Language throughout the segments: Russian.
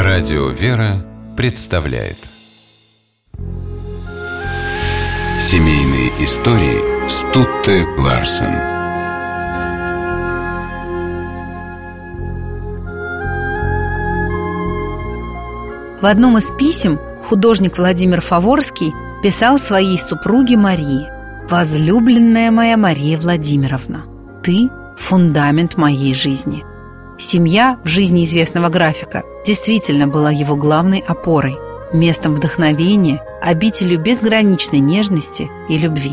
Радио «Вера» представляет семейные истории Стутте Ларсен. В одном из писем художник Владимир Фаворский писал своей супруге Марии: «Возлюбленная моя Мария Владимировна, ты – фундамент моей жизни». Семья в жизни известного графика действительно была его главной опорой, местом вдохновения, обителью безграничной нежности и любви.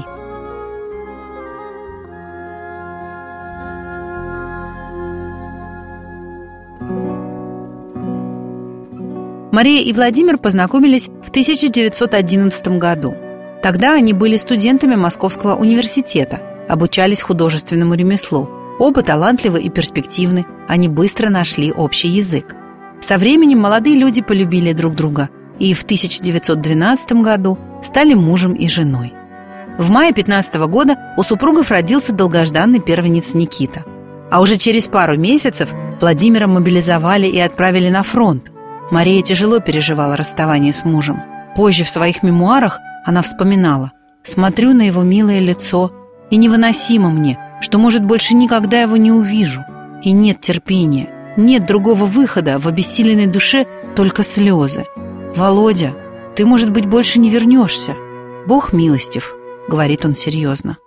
Мария и Владимир познакомились в 1911 году. Тогда они были студентами Московского университета, обучались художественному ремеслу. Оба талантливы и перспективны, они быстро нашли общий язык. Со временем молодые люди полюбили друг друга и в 1912 году стали мужем и женой. В мае 15 года у супругов родился долгожданный первенец Никита. А уже через пару месяцев Владимира мобилизовали и отправили на фронт. Мария тяжело переживала расставание с мужем. Позже в своих мемуарах она вспоминала: «Смотрю на его милое лицо, и невыносимо мне, что, может, больше никогда его не увижу. И нет терпения, нет другого выхода в обессиленной душе, только слезы. Володя, ты, может быть, больше не вернешься. Бог милостив», — говорит он серьезно.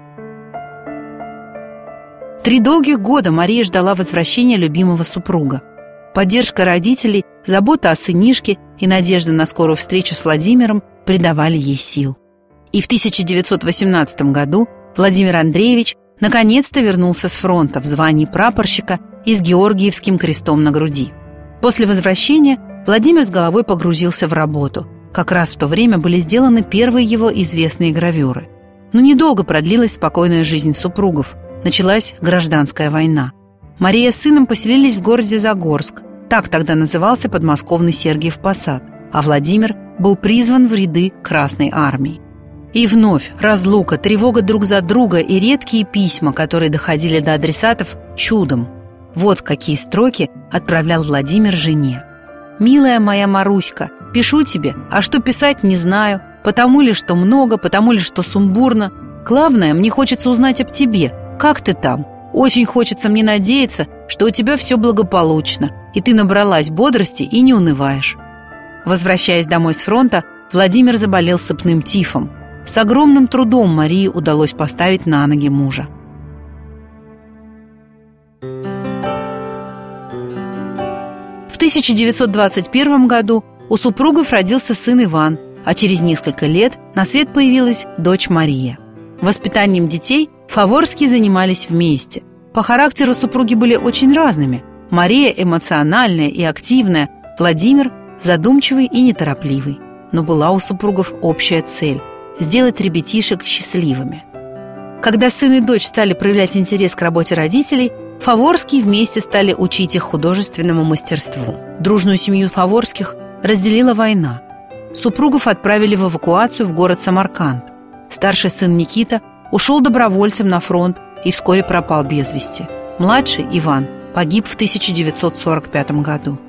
3 долгих года Мария ждала возвращения любимого супруга. Поддержка родителей, забота о сынишке и надежда на скорую встречу с Владимиром придавали ей сил. И в 1918 году Владимир Андреевич наконец-то вернулся с фронта в звании прапорщика и с Георгиевским крестом на груди. После возвращения Владимир с головой погрузился в работу. Как раз в то время были сделаны первые его известные гравюры. Но недолго продлилась спокойная жизнь супругов. Началась гражданская война. Мария с сыном поселились в городе Загорск. Так тогда назывался подмосковный Сергиев Посад. А Владимир был призван в ряды Красной армии. И вновь разлука, тревога друг за друга и редкие письма, которые доходили до адресатов, чудом. Вот какие строки отправлял Владимир жене. «Милая моя Маруська, пишу тебе, а что писать не знаю, потому ли, что много, потому ли, что сумбурно. Главное, мне хочется узнать об тебе, как ты там. Очень хочется мне надеяться, что у тебя все благополучно, и ты набралась бодрости и не унываешь». Возвращаясь домой с фронта, Владимир заболел сыпным тифом. С огромным трудом Марии удалось поставить на ноги мужа. В 1921 году у супругов родился сын Иван, а через несколько лет на свет появилась дочь Мария. Воспитанием детей Фаворские занимались вместе. По характеру супруги были очень разными. Мария эмоциональная и активная, Владимир задумчивый и неторопливый. Но была у супругов общая цель – сделать ребятишек счастливыми. Когда сын и дочь стали проявлять интерес к работе родителей, Фаворские вместе стали учить их художественному мастерству. Дружную семью Фаворских разделила война. Супругов отправили в эвакуацию в город Самарканд. Старший сын Никита ушел добровольцем на фронт и вскоре пропал без вести. Младший Иван погиб в 1945 году.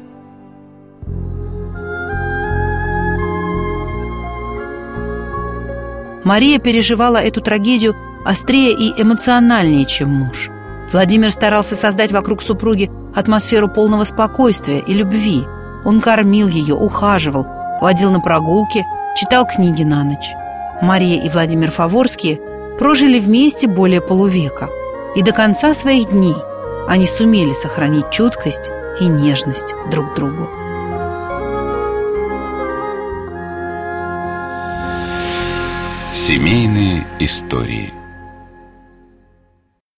Мария переживала эту трагедию острее и эмоциональнее, чем муж. Владимир старался создать вокруг супруги атмосферу полного спокойствия и любви. Он кормил ее, ухаживал, водил на прогулки, читал книги на ночь. Мария и Владимир Фаворские прожили вместе более полувека. И до конца своих дней они сумели сохранить чуткость и нежность друг к другу. Семейные истории.